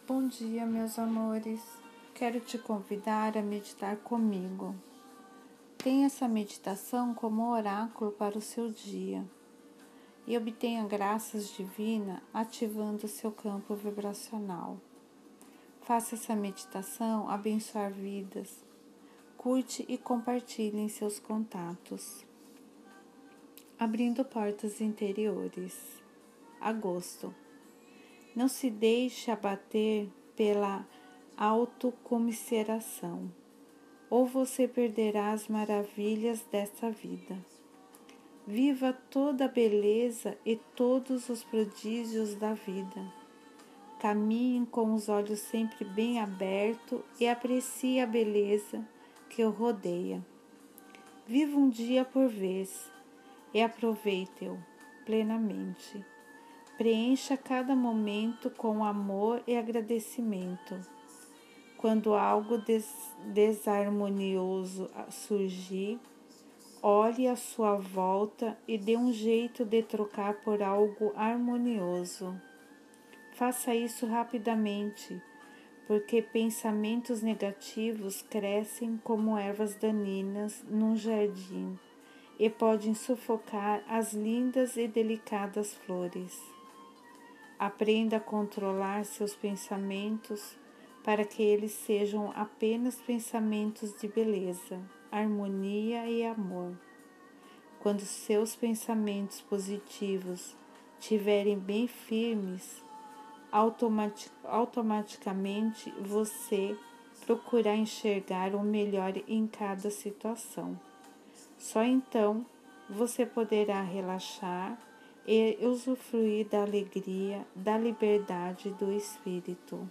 Bom dia, meus amores. Quero te convidar a meditar comigo. Tenha essa meditação como oráculo para o seu dia e obtenha graças divinas ativando o seu campo vibracional. Faça essa meditação abençoar vidas. Curte e compartilhe em seus contatos. Abrindo portas interiores. Agosto. Não se deixe abater pela autocomiseração, ou você perderá as maravilhas desta vida. Viva toda a beleza e todos os prodígios da vida. Caminhe com os olhos sempre bem abertos e aprecie a beleza que o rodeia. Viva um dia por vez e aproveite-o plenamente. Preencha cada momento com amor e agradecimento. Quando algo desarmonioso surgir, olhe à sua volta e dê um jeito de trocar por algo harmonioso. Faça isso rapidamente, porque pensamentos negativos crescem como ervas daninhas num jardim e podem sufocar as lindas e delicadas flores. Aprenda a controlar seus pensamentos para que eles sejam apenas pensamentos de beleza, harmonia e amor. Quando seus pensamentos positivos estiverem bem firmes, automaticamente você procurará enxergar o melhor em cada situação. Só então você poderá relaxar e usufruir da alegria, da liberdade do espírito.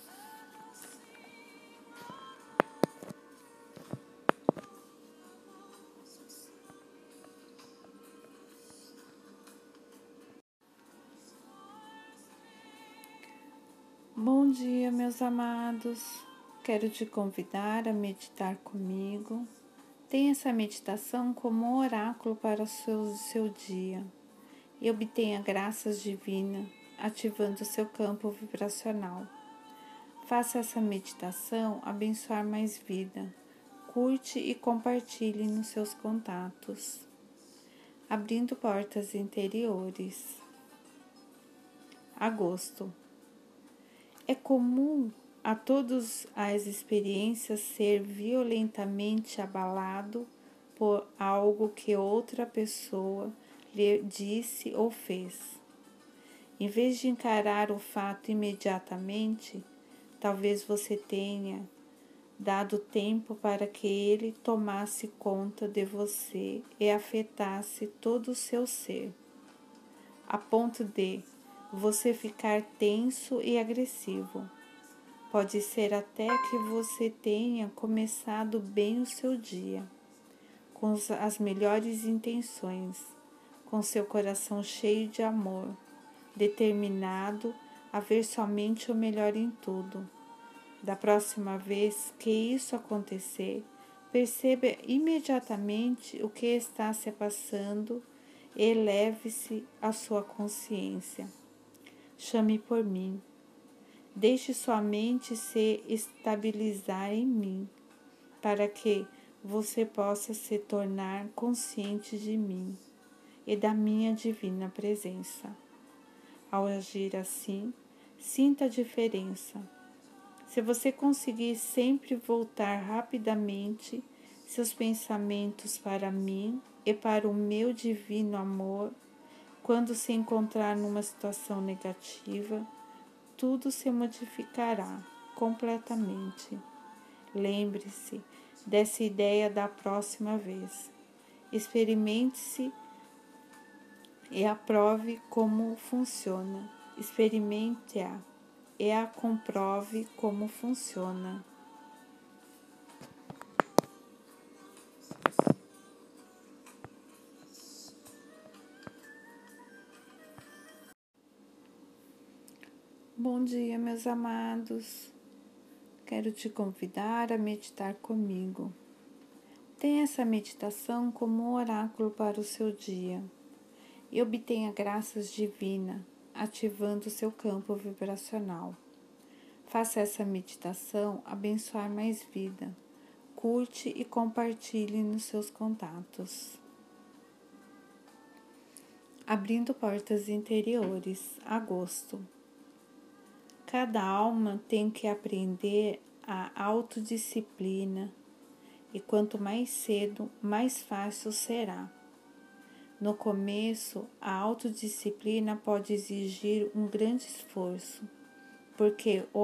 Bom dia, meus amados. Quero te convidar a meditar comigo. Tenha essa meditação como oráculo para o seu dia e obtenha graças divinas, ativando o seu campo vibracional. Faça essa meditação abençoar mais vida. Curte e compartilhe nos seus contatos. Abrindo portas interiores. Agosto. É comum a todos as experiências ser violentamente abalado por algo que outra pessoa lhe disse ou fez. Em vez de encarar o fato imediatamente, talvez você tenha dado tempo para que ele tomasse conta de você e afetasse todo o seu ser, a ponto de você ficar tenso e agressivo. Pode ser até que você tenha começado bem o seu dia, com as melhores intenções, com seu coração cheio de amor, determinado a ver somente o melhor em tudo. Da próxima vez que isso acontecer, perceba imediatamente o que está se passando e eleve-se a sua consciência. Chame por mim. Deixe sua mente se estabilizar em mim, para que você possa se tornar consciente de mim e da minha divina presença. Ao agir assim, sinta a diferença. Se você conseguir sempre voltar rapidamente seus pensamentos para mim e para o meu divino amor, quando se encontrar numa situação negativa, tudo se modificará completamente. Lembre-se dessa ideia da próxima vez. Experimente-se e aprove como funciona. Experimente-a e a comprove como funciona. Bom dia, meus amados. Quero te convidar a meditar comigo. Tenha essa meditação como um oráculo para o seu dia e obtenha graças divinas, ativando o seu campo vibracional. Faça essa meditação abençoar mais vida. Curte e compartilhe nos seus contatos. Abrindo portas interiores, agosto. Cada alma tem que aprender a autodisciplina e quanto mais cedo, mais fácil será. No começo, a autodisciplina pode exigir um grande esforço, porque o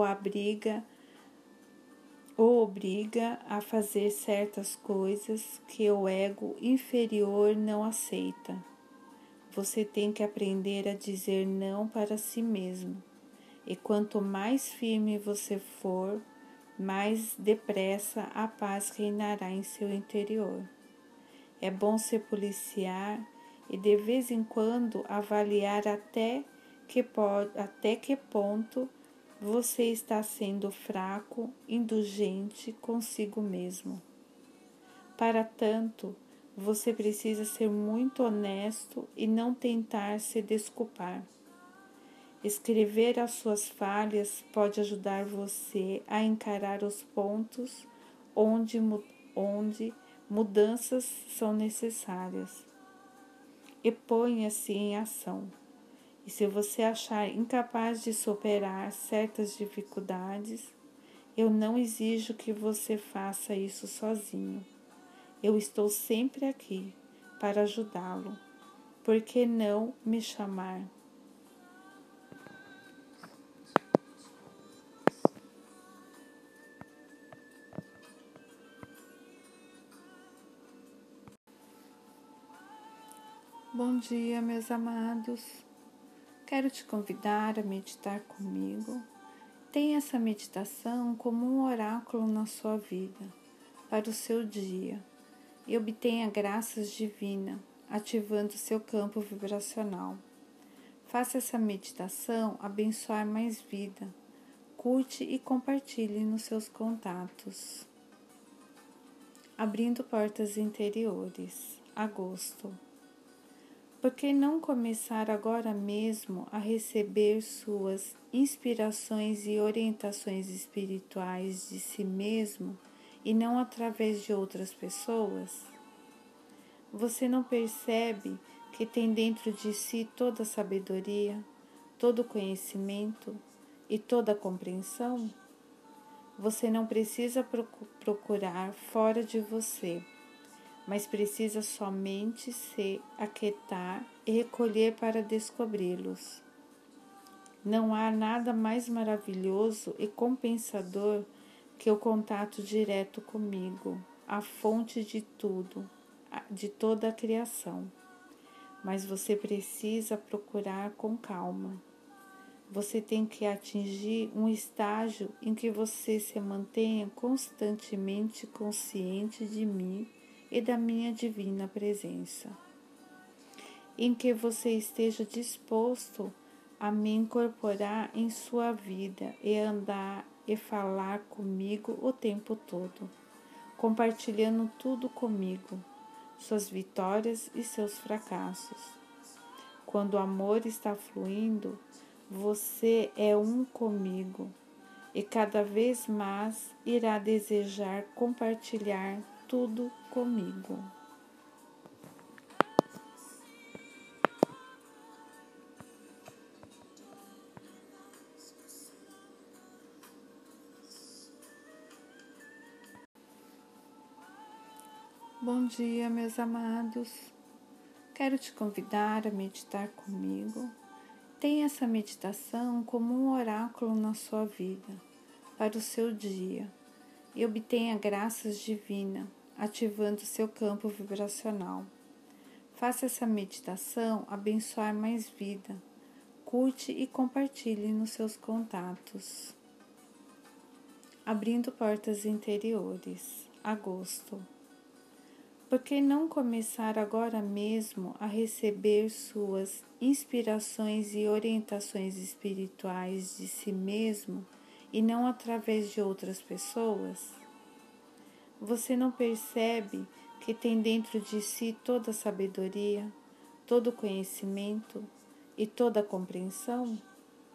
obriga a fazer certas coisas que o ego inferior não aceita. Você tem que aprender a dizer não para si mesmo. E quanto mais firme você for, mais depressa a paz reinará em seu interior. É bom se policiar e de vez em quando avaliar até que ponto você está sendo fraco, indulgente consigo mesmo. Para tanto, você precisa ser muito honesto e não tentar se desculpar. Escrever as suas falhas pode ajudar você a encarar os pontos onde mudanças são necessárias. E ponha-se em ação. E se você achar incapaz de superar certas dificuldades, eu não exijo que você faça isso sozinho. Eu estou sempre aqui para ajudá-lo. Por que não me chamar? Bom dia, meus amados. Quero te convidar a meditar comigo. Tenha essa meditação como um oráculo na sua vida, para o seu dia, e obtenha graças divinas, ativando seu campo vibracional. Faça essa meditação abençoar mais vida. Curte e compartilhe nos seus contatos. Abrindo portas interiores, agosto. Por que não começar agora mesmo a receber suas inspirações e orientações espirituais de si mesmo e não através de outras pessoas? Você não percebe que tem dentro de si toda a sabedoria, todo o conhecimento e toda a compreensão? Você não precisa procurar fora de você, mas precisa somente se aquietar e recolher para descobri-los. Não há nada mais maravilhoso e compensador que o contato direto comigo, a fonte de tudo, de toda a criação. Mas você precisa procurar com calma. Você tem que atingir um estágio em que você se mantenha constantemente consciente de mim e da minha divina presença, em que você esteja disposto a me incorporar em sua vida e andar e falar comigo o tempo todo, compartilhando tudo comigo, suas vitórias e seus fracassos. Quando o amor está fluindo, você é um comigo e cada vez mais irá desejar compartilhar tudo comigo. Bom dia, meus amados. Quero te convidar a meditar comigo. Tenha essa meditação como um oráculo na sua vida, para o seu dia, e obtenha graças divinas, ativando seu campo vibracional. Faça essa meditação abençoar mais vida. Curte e compartilhe nos seus contatos. Abrindo portas interiores, agosto. Por que não começar agora mesmo a receber suas inspirações e orientações espirituais de si mesmo e não através de outras pessoas? Você não percebe que tem dentro de si toda a sabedoria, todo o conhecimento e toda a compreensão?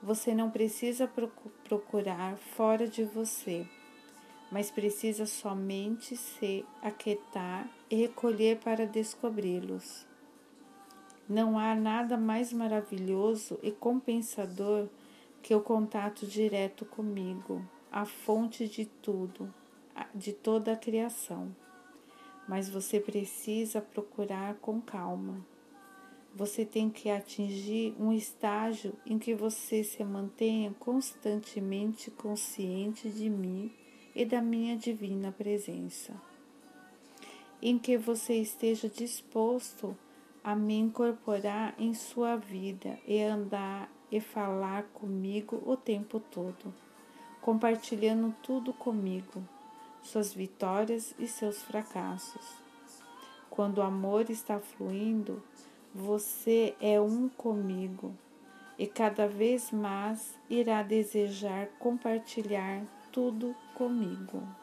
Você não precisa procurar fora de você, mas precisa somente se aquietar e recolher para descobri-los. Não há nada mais maravilhoso e compensador que o contato direto comigo, a fonte de tudo, de toda a criação. Mas você precisa procurar com calma. Você tem que atingir um estágio em que você se mantenha constantemente consciente de mim e da minha divina presença, em que você esteja disposto a me incorporar em sua vida e andar e falar comigo o tempo todo, compartilhando tudo comigo, suas vitórias e seus fracassos. Quando o amor está fluindo, você é um comigo e cada vez mais irá desejar compartilhar tudo comigo.